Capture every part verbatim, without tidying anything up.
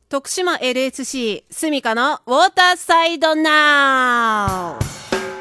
徳島 エルエスシー スミカのウォーターサイドナウ。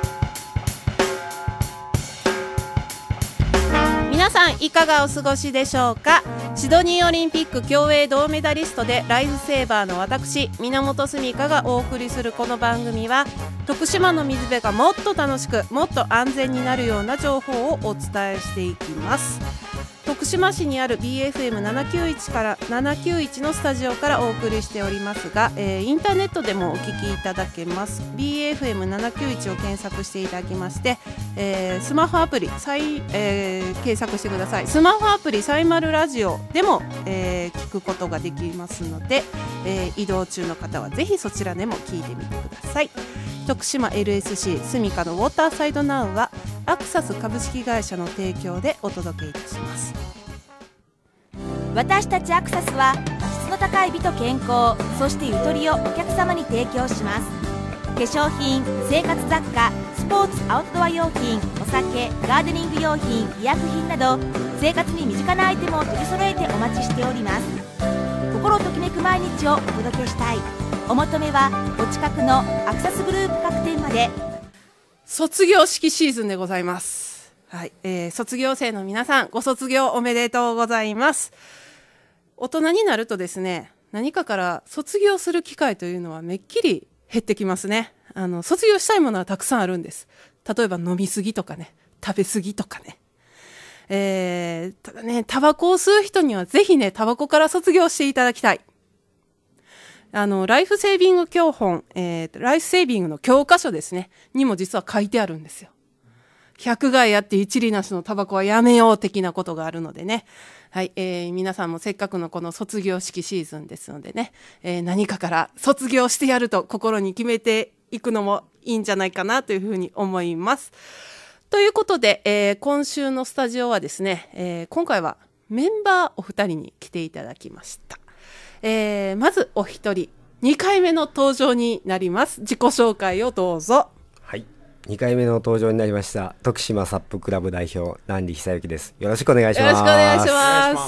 皆さんいかがお過ごしでしょうか。シドニーオリンピック競泳銅メダリストでライフセーバーの私源スミカがお送りするこの番組は、徳島の水辺がもっと楽しくもっと安全になるような情報をお伝えしていきます。徳島市にある ビーエフエムななきゅういち からななきゅういちのスタジオからお送りしておりますが、えー、インターネットでもお聞きいただけます。 ビーエフエムななきゅういち を検索していただきまして、えー、スマホアプリサイ、えー、検索してください。スマホアプリサイマルラジオでも、えー、聞くことができますので、えー、移動中の方はぜひそちらでも聞いてみてください。徳島 エルエスシー スミカのウォーターサイドナウはアクサス株式会社の提供でお届けいたします。 私たちアクサスは質の高い美と健康、そしてゆとりをお客様に提供します。化粧品、生活雑貨、スポーツアウトドア用品、お酒、ガーデニング用品、医薬品など生活に身近なアイテムを取り揃えてお待ちしております。心ときめく毎日をお届けしたい。お求めはお近くのアクサスグループ各店まで。 卒業式シーズンでございます。はい、えー、卒業生の皆さんご卒業おめでとうございます。大人になるとですね、何かから卒業する機会というのはめっきり減ってきますね。あの卒業したいものはたくさんあるんです。例えば飲みすぎとかね、食べすぎとかね、えー、ただね、タバコを吸う人にはぜひね、タバコから卒業していただきたい。あのライフセービング教本、えー、ライフセービングの教科書ですねにも実は書いてあるんですよ。百害あって一理なしのタバコはやめよう的なことがあるのでね。はい、えー、皆さんもせっかくのこの卒業式シーズンですのでね、えー、何かから卒業してやると心に決めていくのもいいんじゃないかなというふうに思います。ということで、えー、今週のスタジオはですね、えー、今回はメンバーお二人に来ていただきました。えー、まずお一人にかいめの登場になります。自己紹介をどうぞ。 はい、にかいめの登場になりました徳島サップクラブ代表南里久之です。よろしくお願いします。 よろしくお願いします。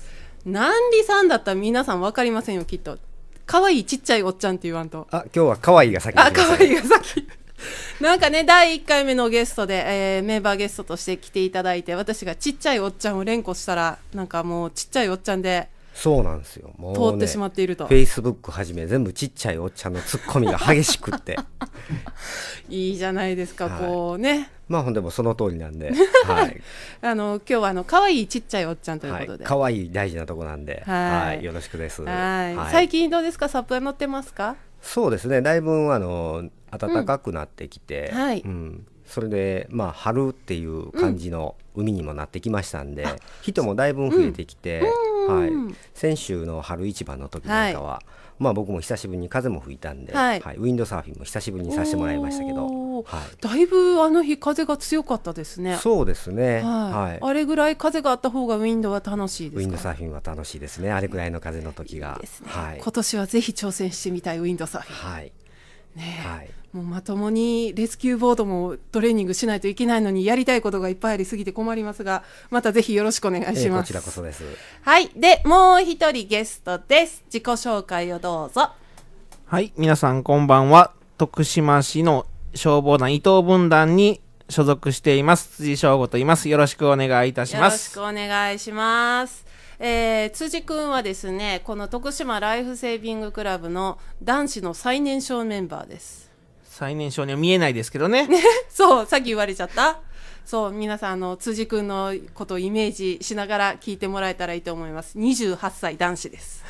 南里さんだったら皆さん分かりませんよ、きっと。可愛いちっちゃいおっちゃんって言わんと。 あ、今日は可愛いが先に。 あ、可愛いが先なんかね、だいいっかいめのゲストで、えー、メンバーゲストとして来ていただいて、私がちっちゃいおっちゃんを連呼したら、なんかもうちっちゃいおっちゃんでそうなんですよ。もう、ね、 通ってしまっていると。 フェイスブックはじめ全部ちっちゃいおっちゃんのツッコミが激しくっていいじゃないですか、 はい、 こうね。 まあほんでもその通りなんで、はい、 あの今日はあの可愛いちっちゃいおっちゃんということで、 はい、可愛い大事なとこなんで、はいはい、よろしくです。 はい、 はい、 最近どうですか、サップは乗ってますか？ そうですね、だいぶあの暖かくなってきて、 うん、はい、 うん、それでまあ春っていう感じの海にもなってきましたんで、うん、人もだいぶ増えてきて、うん、はい、先週の春市場の時なんかは、はい、まあ僕も久しぶりに風も吹いたんで、はいはい、ウィンドサーフィンも久しぶりにさせてもらいましたけど、 はい、だいぶあの日風が強かったですね。 そうですね、はいはい、あれぐらい風があった方がウィンドは楽しいですか？ ウィンドサーフィンは楽しいですね、あれぐらいの風の時が。 いいですね、 はい、 今年はぜひ挑戦してみたいウィンドサーフィン、 はいね、 はい、 もうまともにレスキューボードもトレーニングしないといけないのにやりたいことがいっぱいありすぎて困りますが、またぜひよろしくお願いします。えー、 こちらこそです。 はい、でもう一人ゲストです。自己紹介をどうぞ。 はい、皆さんこんばんは。徳島市の消防団伊藤分団に所属しています辻翔吾と言います。よろしくお願いいたします。 よろしくお願いします。えー、辻くんはですね、この徳島ライフセービングクラブの男子の最年少メンバーです。 最年少には見えないですけどねそう、さっき言われちゃった。そう、皆さんあの辻くんのことをイメージしながら聞いてもらえたらいいと思います。にじゅうはっさい男子です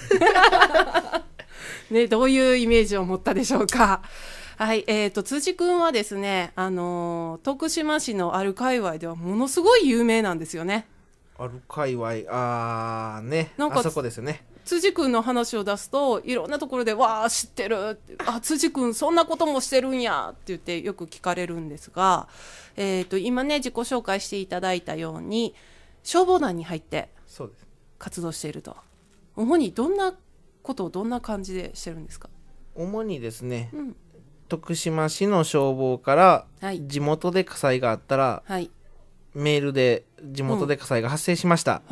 ね、どういうイメージを持ったでしょうか。はい、えーと辻くんはですね、あのー、徳島市のある界隈ではものすごい有名なんですよね。 ある界隈、あーね、なんかあそこですよね。 辻くんの話を出すといろんなところでわー知ってるって、あ、辻くんそんなこともしてるんやって言ってよく聞かれるんですが、えーと今ね自己紹介していただいたように消防団に入って活動していると。主にどんなことをどんな感じでしてるんですか？ 主にですね、 うん、 徳島市の消防から地元で火災があったら、 はい、 メールで地元で火災が発生しました、 うん、はい、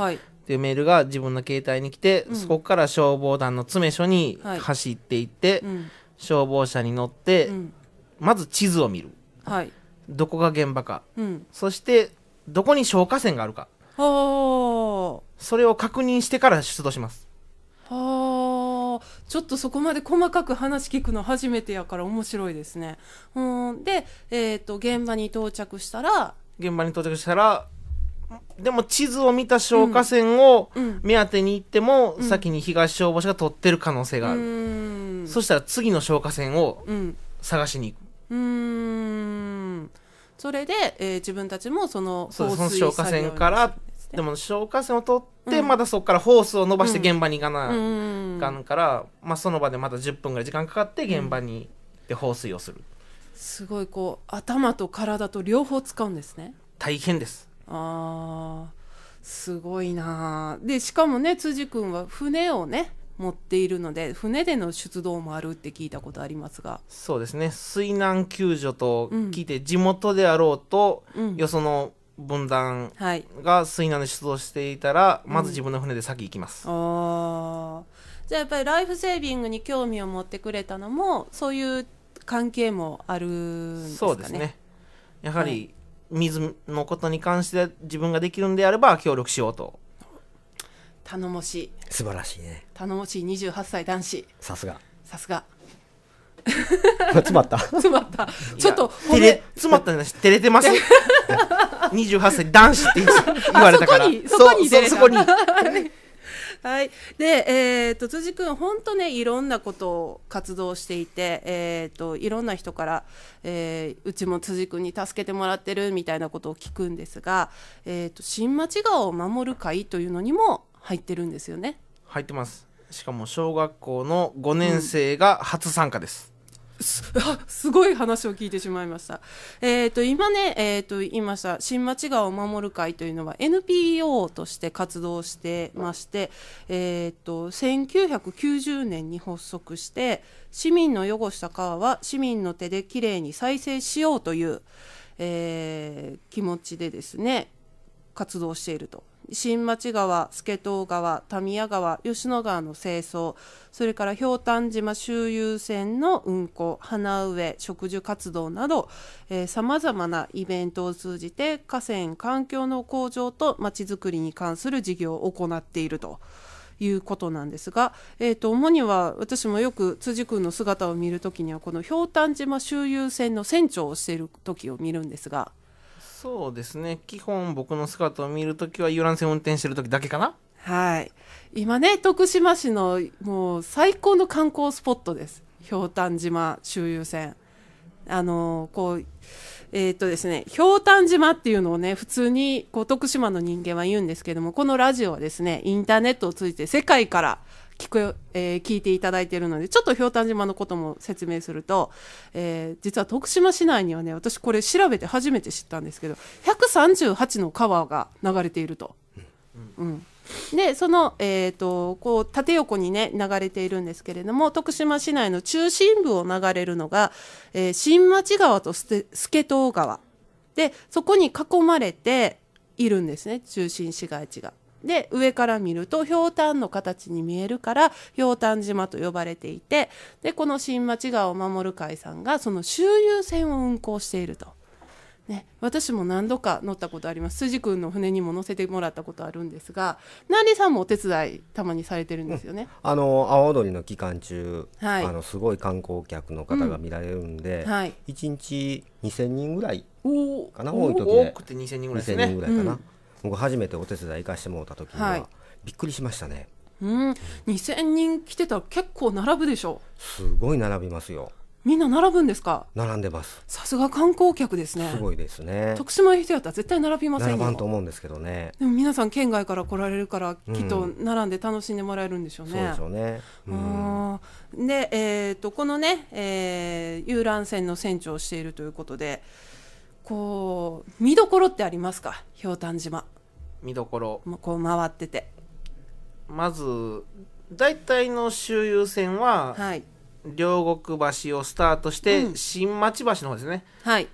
っていうメールが自分の携帯に来て、 うんそこから消防団の詰め所にはい走っていって、 うん消防車に乗って、 うんまず地図を見る。 はいどこが現場か、 うんそしてどこに消火栓があるか、 はそれを確認してから出動します。 あはあちょっとそこまで細かく話聞くの初めてやから面白いですね。うんで、えー、と現場に到着したら現場に到着したら、でも地図を見た消火栓をうん目当てに行っても、 うん先に東消防車が取ってる可能性があうる、 ーんそしたら次の消火栓をうん探しに行く。 うーんそれで、えー自分たちもそのそうです、その放水消火栓から作業にするんですねでも消火栓を取って、 うんまたそこからホースを伸ばして現場に行かなうんあかんから、まあ、その場でまたじゅっぷんぐらい時間かかって現場に行って放水をする。 すごいこう頭と体と両方使うんですね。 大変です。 あーすごいなあでしかもね辻君は船をね持っているので船での出動もあるって聞いたことありますが、 そうですね、水難救助と聞いて、地元であろうと、 うんよその分団はいが水難で出動していたら、 うんまず自分の船で先行きます。 あーじゃあやっぱりライフセービングに興味を持ってくれたのもそういう関係もあるんですかね。 そうですね、やはり水のことに関して自分ができるんであれば協力しようと。 頼もしい素晴らしいね。 頼もしいにじゅうはっさい男子さすが。 さすが詰まった。 詰まったちょっと照れ詰まったんだし照れてますにじゅうはっさい男子って言われたから、 あそこにそこに出れたそそこにはい、で、えー、と辻君本当ねいろんなことを活動していて、えー、といろんな人から、えーうちも辻君に助けてもらってるみたいなことを聞くんですが、えー、と新町川を守る会というのにも入ってるんですよね。 入ってます。しかも小学校のごねん生が初参加です、 すあすごい話を聞いてしまいました。えー、と今ね、えー、と言いました新町川を守る会というのは エヌピーオー として活動してまして、えー、とせんきゅうひゃくきゅうじゅうねんに発足して市民の汚した川は市民の手できれいに再生しようという、えー気持ちでですね活動していると。新町川、助東川、民谷川、吉野川の清掃、それからひょうたん島周遊船の運航、花植え、植樹活動などさまざまなイベントを通じて河川環境の向上とまちづくりに関する事業を行っているということなんですが、えー、と主には私もよく辻君の姿を見るときにはこのひょうたん島周遊船の船長をしている時を見るんですが、 そうですね、基本僕の姿を見るときは遊覧船を運転してるときだけかな。 はい今ね徳島市のもう最高の観光スポットです、ひょうたん島周遊船。あのこうえーっとですねひょうたん島っていうのをね普通にこう徳島の人間は言うんですけども、このラジオはですねインターネットを通じて世界から聞く、えー聞いていただいているのでちょっとひょうたん島のことも説明すると、えー実は徳島市内にはね私これ調べて初めて知ったんですけどひゃくさんじゅうはちの川が流れていると。うんでその、えー、とこう縦横にね流れているんですけれども、徳島市内の中心部を流れるのが、えー新町川と助東川で、そこに囲まれているんですね、中心市街地が。で上から見るとひょうたんの形に見えるからひょうたん島と呼ばれていて、でこの新町川を守る会さんがその周遊船を運航していると。ね、私も何度か乗ったことあります。辻君の船にも乗せてもらったことあるんですが、南里さんもお手伝いたまにされてるんですよね。 あの阿波踊りの期間中、 はいあのすごい観光客の方が見られるんで、 うんはいいちにちにせんにんぐらいおかな、 お多い時で多くてにせんにんぐらいですにせんにんね。 ぐらいかな、 うん僕初めてお手伝い行かしてもらった時には、 はいびっくりしましたね。 うん、にせんにん来てたら結構並ぶでしょ。 すごい並びますよ。 みんな並ぶんですか。 並んでます。 さすが観光客ですね。 すごいですね。 徳島の人やったら絶対並びませんよ。 並ばんと思うんですけどね。 でも皆さん県外から来られるからうんきっと並んで楽しんでもらえるんでしょうね。 そうでしょうね。うんあーで、えー、とこのね、えー遊覧船の船長をしているということで、こう見どころってありますか、ひょうたん島見どころ、 もうこう回ってて。 まず大体の周遊船ははい両国橋をスタートして、 うん新町橋の方ですね、 はい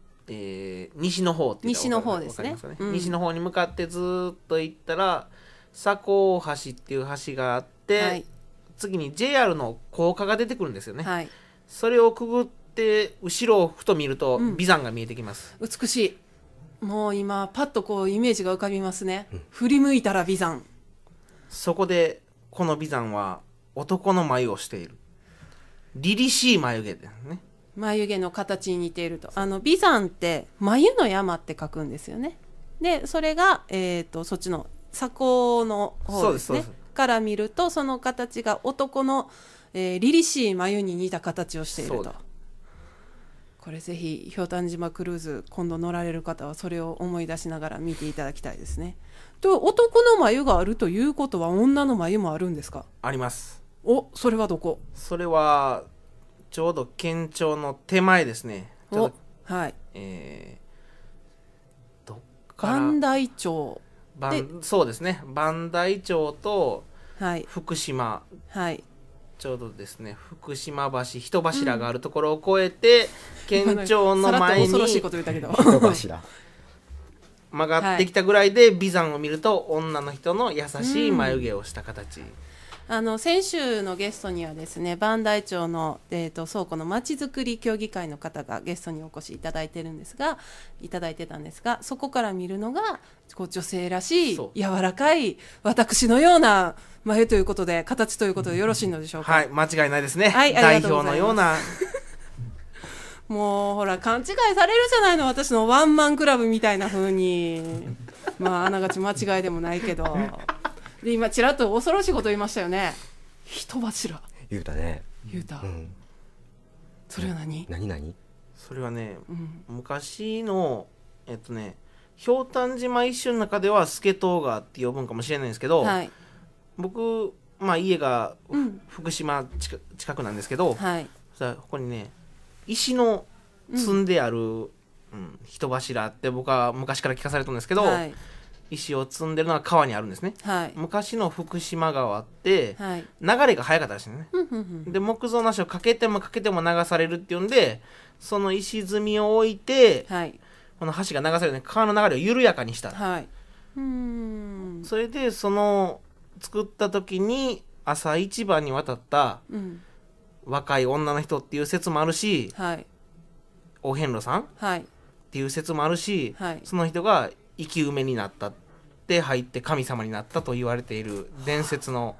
えー西の方っていう西の方ですねわかりますかね、 うん西の方に向かってずーっと行ったら佐高橋っていう橋があって、 はい、 次に ジェイアール の高架が出てくるんですよね、 はい、 それをくぐって後ろをふと見ると眉山が見えてきます、 うん、美しい。もう今パッとこうイメージが浮かびますね、うん、振り向いたら眉山。 そこでこの眉山は男の眉をしている凛々しい眉毛ですね。 眉毛の形に似ていると。あの眉山って眉の山って書くんですよね。でそれが、えー、とそっちの鎖高の方ですねから見るとその形が男の、えー、凛々しい眉に似た形をしていると。これぜひひょうたん島クルーズ今度乗られる方はそれを思い出しながら見ていただきたいですね。と男の眉があるということは女の眉もあるんですか？ あります。 お、それはどこ？それはちょうど県庁の手前ですね。ちょうど、はい、 えー、どっから磐梯町で、そうですね、磐梯町と福島、 はい、 ちょうどですね福島橋人柱があるところを越えて、うん、県庁の前に恐ろしいこと言ったけど人柱曲がってきたぐらいで、はい、眉山を見ると女の人の優しい眉毛をした形、うん、 あの先週のゲストにはですね磐梯町の、えー、と倉庫のまちづくり協議会の方がゲストにお越しいただいてるんですがいただいてたんですが、そこから見るのがこう女性らしい柔らかい私のような眉ということで形ということでよろしいのでしょうか？ はい、間違いないですね、 はい、 代表のようなもうほら勘違いされるじゃないの、私のワンマンクラブみたいな風にまああながち間違いでもないけどで今ちらっと恐ろしいこと言いましたよね。人柱言うたね言うた、 うん、 それは何何何それはね、うん、昔のえっとねひょうたん島一種の中ではスケトウガって呼ぶんかもしれないんですけど、はい、僕、まあ、家が福島近、うん、近くなんですけど、はい、さここにね石の積んである、うんうん、人柱って僕は昔から聞かされたんですけど、はい、石を積んでるのは川にあるんですね、はい、昔の福島川って、はい、流れが速かったらしいね、で木造なしをかけてもかけても流されるっていうんでその石積みを置いて、はい、この橋が流される、ね、川の流れを緩やかにした、はい、うーんそれでその作った時に朝一番に渡った、うん若い女の人っていう説もあるし、はい、お遍路さん、はい、っていう説もあるし、はい、その人が生き埋めになったって入って神様になったと言われている伝説の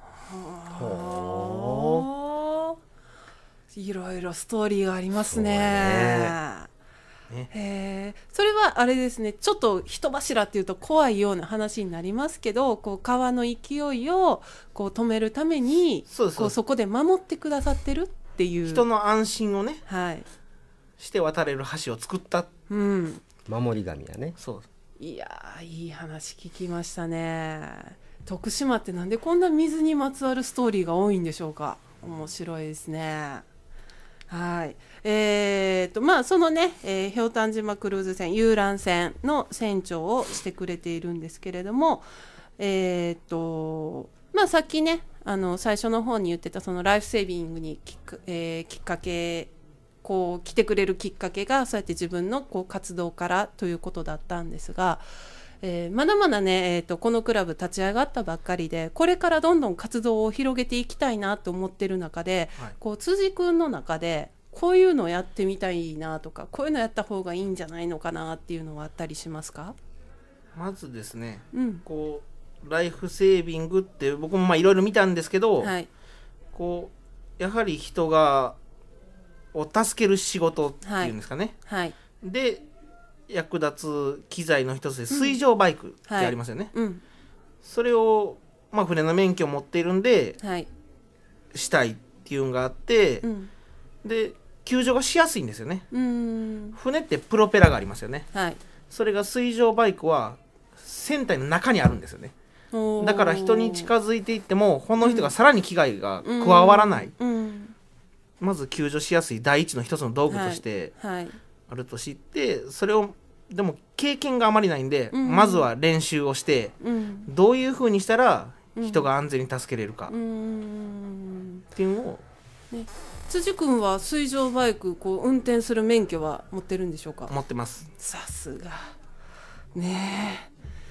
ほーいろいろストーリーがありますね。ねへそれはあれですね、ちょっと人柱っていうと怖いような話になりますけど、こう川の勢いをこう止めるために そ, こうそこで守ってくださってるっていう人の安心をね、はい、して渡れる橋を作った、 うん、守り神やね。 そういやいい話聞きましたね。徳島ってなんでこんな水にまつわるストーリーが多いんでしょうか。面白いですね。はいえーとまあ、そのね、えー、ひょうたん島クルーズ船遊覧船の船長をしてくれているんですけれども、えーとまあ、さっきねあの最初の方に言ってたそのライフセービングにきっか、えー、きっかけこう来てくれるきっかけがそうやって自分のこう活動からということだったんですが、えー、まだまだね、えーと、このクラブ立ち上がったばっかりでこれからどんどん活動を広げていきたいなと思ってる中で、はい、こう辻君の中でこういうのをやってみたいなとかこういうのやった方がいいんじゃないのかなっていうのはあったりしますか？ まずですね、うん、こうライフセービングって僕もいろいろ見たんですけど、はい、こうやはり人がを助ける仕事っていうんですかね、はいはい、で役立つ機材の一つで水上バイクってありますよね、うんはいうん、それを、まあ、船の免許を持っているんで、はい、したいっていうのがあって、うん、で救助がしやすいんですよね。うん船ってプロペラがありますよね、はい、それが水上バイクは船体の中にあるんですよね。だから人に近づいていってもこの人がさらに危害が加わらない、うんうん、まず救助しやすい第一の一つの道具としてあると知って、はいはい、それをでも経験があまりないんで、うん、まずは練習をして、うん、どういう風にしたら人が安全に助けれるか、うん、っていうのを、 ね、辻君は水上バイクこう運転する免許は持ってるんでしょうか？ 持ってます。 さすがねえ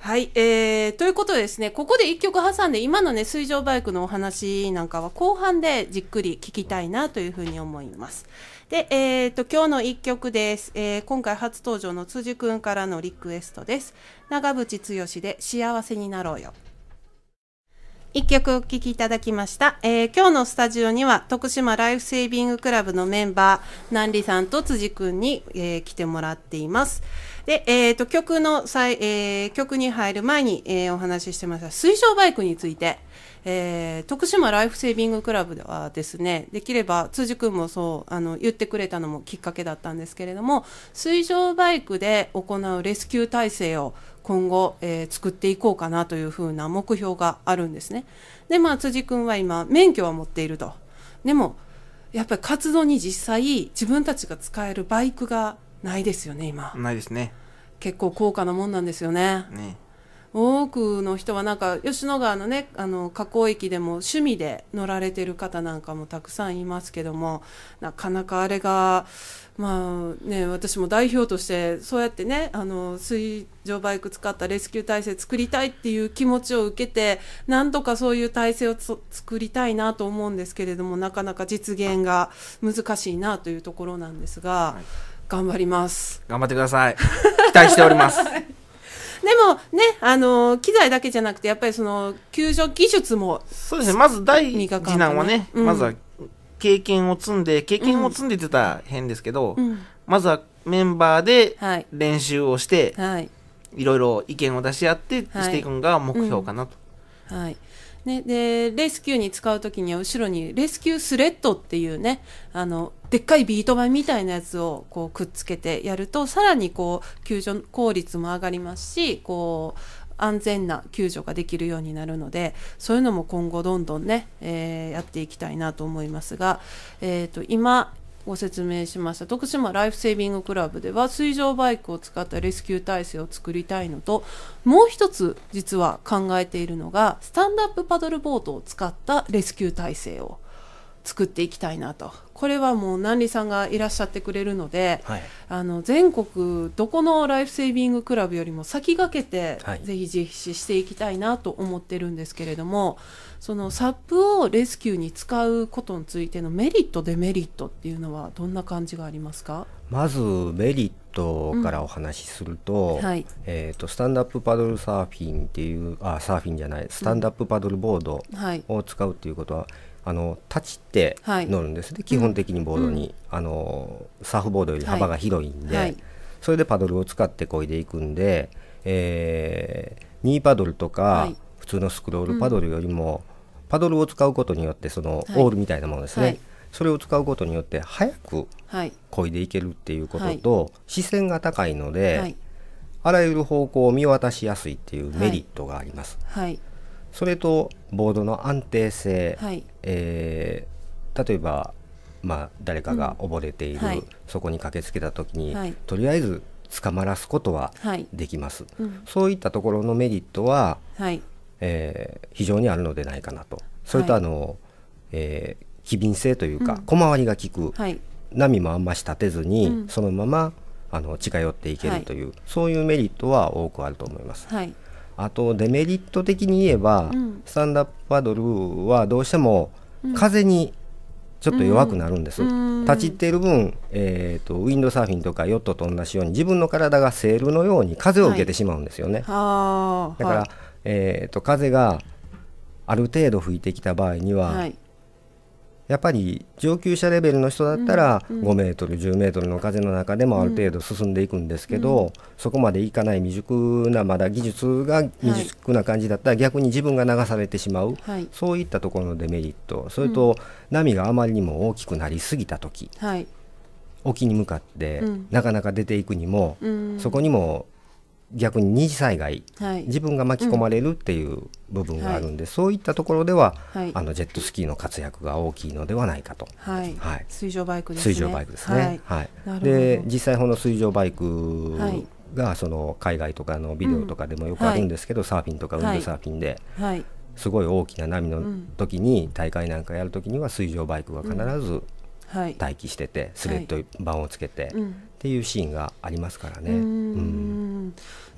はい、えー、ということでですね、ここでいっきょく挟んで今のね水上バイクのお話なんかは後半でじっくり聞きたいなというふうに思います。で、えー、と今日のいっきょくです、えー、今回初登場の辻くんからのリクエストです。長渕剛で幸せになろうよ。いっきょくお聴きいただきました、えー、今日のスタジオには徳島ライフセービングクラブのメンバー南里さんと辻くんに、えー、来てもらっています。で、えー、と曲の際、えー、曲に入る前に、えー、お話ししてました水上バイクについて、えー、徳島ライフセービングクラブではですね、できれば辻くんもそうあの言ってくれたのもきっかけだったんですけれども、水上バイクで行うレスキュー体制を今後、えー、作っていこうかなというふうな目標があるんですね。で、まあ、辻くんは今免許は持っていると。でもやっぱり活動に実際自分たちが使えるバイクがないですよね。今ないですね。 結構高価なもんなんですよね。 ね、 多くの人はなんか吉野川のねあの河口域でも趣味で乗られてる方なんかもたくさんいますけども、なかなかあれがまあね、私も代表としてそうやってねあの水上バイク使ったレスキュー体制作りたいっていう気持ちを受けて、なんとかそういう体制を作りたいなと思うんですけれども、なかなか実現が難しいなというところなんですが、はい、頑張ります。 頑張ってください。期待しております。 でもね、あの機材だけじゃなくてやっぱりその救助技術もそうですね。まず第一弾はね、うん、まずは経験を積んで経験を積んでって言ったら変ですけど、うん、まずはメンバーで練習をして、はい、いろいろ意見を出し合ってしていくのが目標かなと。 はい、うんはいね、でレスキューに使うときには後ろにレスキュースレッドっていうねあのでっかいビート板みたいなやつをこうくっつけてやるとさらにこう救助効率も上がりますし、こう安全な救助ができるようになるので、そういうのも今後どんどんね、えー、やっていきたいなと思いますが、えーと、今ご説明しました徳島ライフセービングクラブでは水上バイクを使ったレスキュー体制を作りたいのと、もう一つ実は考えているのがスタンドアップパドルボートを使ったレスキュー体制を作っていきたいなと。これはもう南里さんがいらっしゃってくれるので、はい、あの全国どこのライフセービングクラブよりも先駆けて、はい、ぜひ実施していきたいなと思ってるんですけれども、そのサップをレスキューに使うことについてのメリットデメリットっていうのはどんな感じがありますか？ まずメリットからお話しすると、うんはいえー、とスタンドアップパドルサーフィンっていうあサーフィンじゃないスタンドアップパドルボードを使うっていうことは、うんはいあの立ちって乗るんですね、はい、基本的にボードに、うん、あのサーフボードより幅が広いんで、はい、それでパドルを使って漕いでいくんで、えー、ニーパドルとか、はい、普通のスクロールパドルよりも、うん、パドルを使うことによってその、はい、オールみたいなものですね、はい、それを使うことによって早く漕いでいけるっていうことと、はい、視線が高いので、はい、あらゆる方向を見渡しやすいっていうメリットがあります、はいはいそれとボードの安定性、はいえー、例えば、まあ、誰かが溺れている、うんはい、そこに駆けつけた時に、はい、とりあえず捕まらすことはできます、はいうん、そういったところのメリットは、はいえー、非常にあるのでないかなと。それとあの、はいえー、機敏性というか、うん、小回りが利く、はい、波もあんまし立てずに、うん、そのままあの近寄っていけるという、はい、そういうメリットは多くあると思います、はいあとデメリット的に言えば、うん、スタンダップパドルはどうしても風にちょっと弱くなるんです、うん、立ち入っている分、えーと、ウィンドサーフィンとかヨットと同じように自分の体がセールのように風を受けてしまうんですよね、はい、だから、はいえーと、風がある程度吹いてきた場合には、はいやっぱり上級者レベルの人だったらごメートルじゅうメートルの風の中でもある程度進んでいくんですけど、うん、そこまでいかない未熟なまだ技術が未熟な感じだったら逆に自分が流されてしまう、はい、そういったところのデメリットそれと波があまりにも大きくなりすぎた時、はい、沖に向かってなかなか出ていくにも、うん、そこにも逆に二次災害、はい、自分が巻き込まれるっていう部分があるんで、うん、そういったところでは、はい、あのジェットスキーの活躍が大きいのではないかと、 はいはい、水上バイクですね。 水上バイクですね、はいはい、で実際この水上バイクがその海外とかのビデオとかでもよくあるんですけど、うん、サーフィンとかウィンドサーフィンで、はい、すごい大きな波の時に、うん、大会なんかやる時には水上バイクが必ず待機してて、うん、スレッド板をつけて、はい、っていうシーンがありますからね。うんうん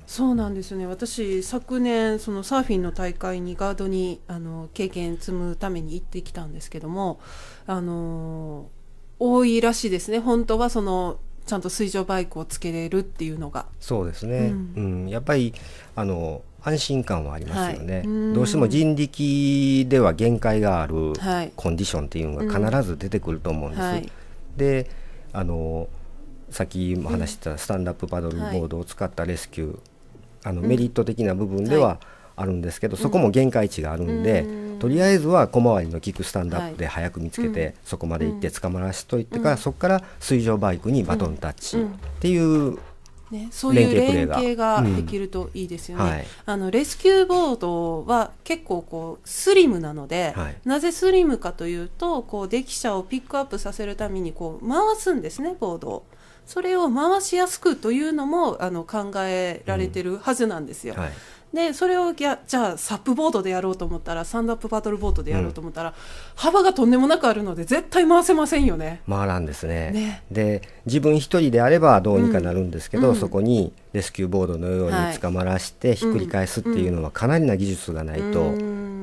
そうなんですよね。私昨年そのサーフィンの大会にガードにあの経験積むために行ってきたんですけども、あの多いらしいですね。本当はそのちゃんと水上バイクをつけれるっていうのが。 そうですね、うんうん、やっぱりあの安心感はありますよね、はい、 うどうしても人力では限界があるはいコンディションっていうのが必ず出てくると思うんです、 うんはい、 であのさっきも話してたスタンドアップパドルボードを使ったレスキュー、はい、あのメリット的な部分ではあるんですけど、うん、そこも限界値があるんで、うん、とりあえずは小回りの利くスタンドアップで早く見つけて、はい、そこまで行って捕まらしといてから、うん、そこから水上バイクにバトンタッチっていう、うんね、そういう連携ができるといいですよね、うんはい、あのレスキューボードは結構こうスリムなので、はい、なぜスリムかというとこう溺者をピックアップさせるためにこう回すんですね、ボードを。それを回しやすくというのもあの考えられてるはずなんですよ、うんはい、でそれをやじゃあサップボードでやろうと思ったらスタンドアップパドルボードでやろうと思ったら、うん、幅がとんでもなくあるので絶対回せませんよね。 回らんです ね, ねで自分一人であればどうにかなるんですけど、うん、そこにレスキューボードのように捕まらしてひっくり返すっていうのはかなりな技術がないと、うん、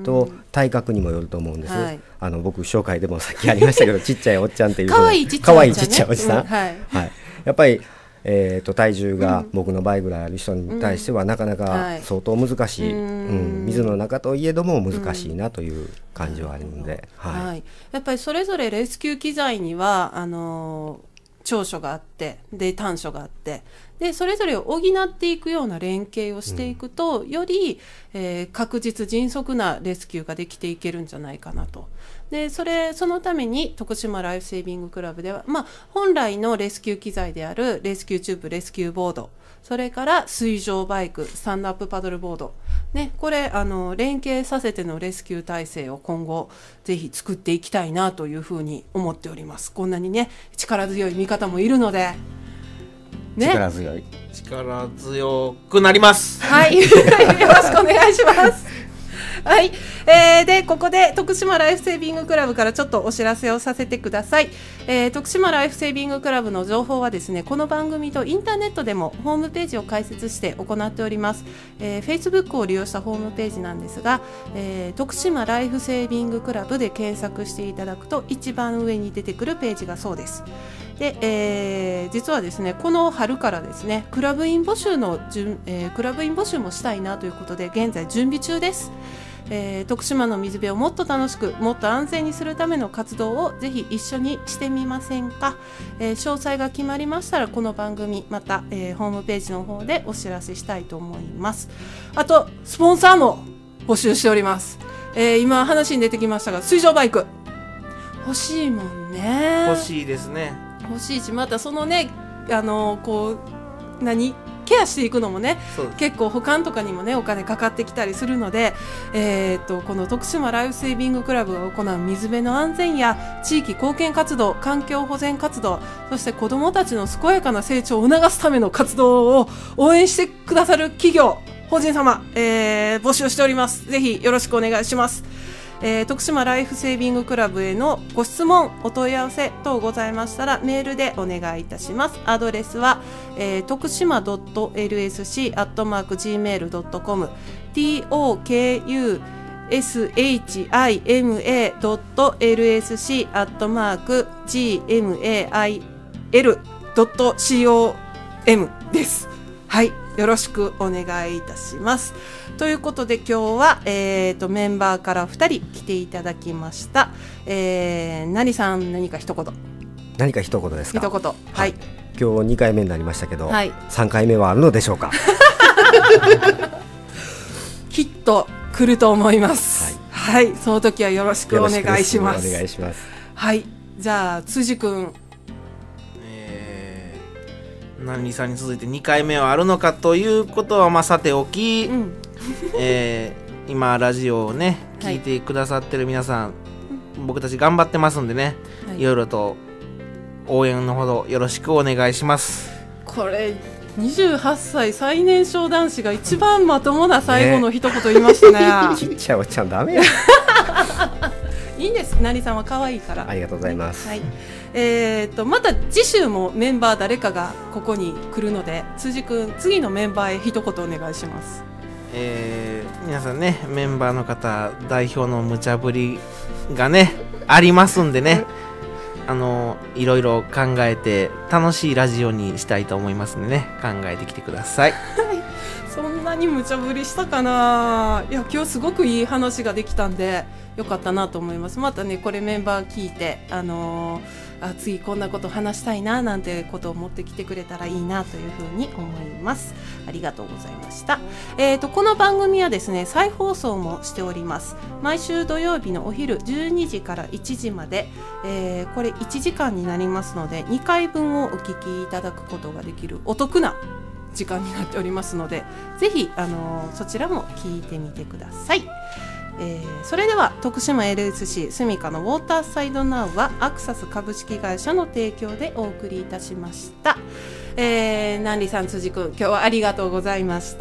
と体格にもよると思うんです、はい、あの僕紹介でもさっきありましたけどちっちゃいおっちゃんっていうかわいいちっちゃいおっちゃん、ね、かわいいちっちゃいおじさん、うんはいはい、やっぱりえー、と体重が僕の倍ぐらいある人に対してはなかなか相当難しい、うんうん、水の中といえども難しいなという感じはあるので、 うんはいはい、やっぱりそれぞれレスキュー機材にはあのー長所があってで短所があってでそれぞれを補っていくような連携をしていくと、うん、より、えー、確実迅速なレスキューができていけるんじゃないかなと。でそれそのために徳島ライフセービングクラブでは、まあ、本来のレスキュー機材であるレスキューチューブレスキューボードそれから水上バイクスタンドアップパドルボード、ね、これあの連携させてのレスキュー体制を今後ぜひ作っていきたいなというふうに思っております。こんなにね力強い味方もいるので、 ね、力強い力強くなりますはいよろしくお願いしますはい、えー、でここで徳島ライフセービングクラブからちょっとお知らせをさせてください、えー、徳島ライフセービングクラブの情報はですねこの番組とインターネットでもホームページを開設して行っております、えー、Facebook を利用したホームページなんですが、えー、徳島ライフセービングクラブで検索していただくと一番上に出てくるページがそうです。で、えー、実はですねこの春からですねクラブイン募集のじゅん、えー、クラブイン募集もしたいなということで現在準備中です。えー、徳島の水辺をもっと楽しくもっと安全にするための活動をぜひ一緒にしてみませんか、えー、詳細が決まりましたらこの番組また、えー、ホームページの方でお知らせしたいと思います。あとスポンサーも募集しております、えー、今話に出てきましたが水上バイク欲しいもんね。 欲しいですね。 欲しいしまたそのねあのこう何ケアしていくのもね結構保管とかにもねお金かかってきたりするので、えー、とこの徳島ライフセービングクラブが行う水辺の安全や地域貢献活動環境保全活動そして子どもたちの健やかな成長を促すための活動を応援してくださる企業法人様、えー、募集しております。ぜひよろしくお願いします。えー、徳島ライフセービングクラブへのご質問お問い合わせ等ございましたらメールでお願いいたします。アドレスは、えー、徳島 エルエスシー アットマーク ジーメール ドットコム トクシマ ドット エルエスシー アットマーク ジーメール ドット コム です。はい、よろしくお願いいたします。ということで今日は、えー、とメンバーからふたり来ていただきました。えー、なりさん何か一言。 何か一言ですか。 一言、はい、はい、 今日にかいめになりましたけど、 はい、 さんかいめはあるのでしょうかきっと来ると思います、はい、はい、その時はよろしくお願いします。 お願いします。 はい、じゃあ辻君、 なりさんに続いてにかいめはあるのかということはまあさておき、うんえー、今ラジオをね聞いてくださってる皆さん、はい、僕たち頑張ってますんでね、はい、いろいろと応援のほどよろしくお願いします。 これにじゅうはっさい最年少男子が一番まともな最後の一言言いましたね。 ちっちゃいおっちゃんダメやいいんです、なりさんは可愛いから。 ありがとうございます。 はい、えー、とまた次週もメンバー誰かがここに来るので、辻君次のメンバーへ一言お願いします。 えー、皆さんね、メンバーの方代表の無茶ぶりがねありますんでね、あのいろいろ考えて楽しいラジオにしたいと思いますんでね、考えてきてください。 そんなに無茶ぶりしたかな。いや、今日すごくいい話ができたんでよかったなと思います。またね、これメンバー聞いて、あのー、あ次こんなこと話したいななんてことを持ってきてくれたらいいなというふうに思います。ありがとうございました。えーと、この番組はですね、再放送もしております。毎週土曜日のお昼じゅうにじからいちじまで、えー、これいちじかんになりますので、にかいぶんをお聞きいただくことができるお得な時間になっておりますので、ぜひ、あのー、そちらも聞いてみてください。えー、それでは徳島 エルエスシー スミカのウォーターサイドナウはアクサス株式会社の提供でお送りいたしました。えー、南里さん、辻君、今日はありがとうございました。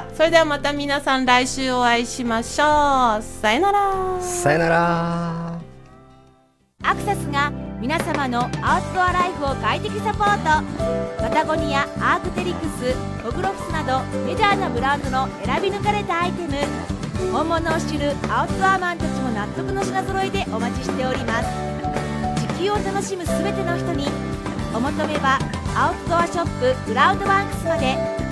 それではまた皆さん来週お会いしましょう。さよなら。 さよなら。 アクサスが皆様のアウトドアライフを快適サポート。パタゴニア、アークテリクス、ホグロフスなどメジャーなブランドの選び抜かれたアイテム、本物を知るアウトドアマンたちも納得の品揃えでお待ちしております。地球を楽しむすべての人に、お求めはアウトドアショップグラウンドワークスまで。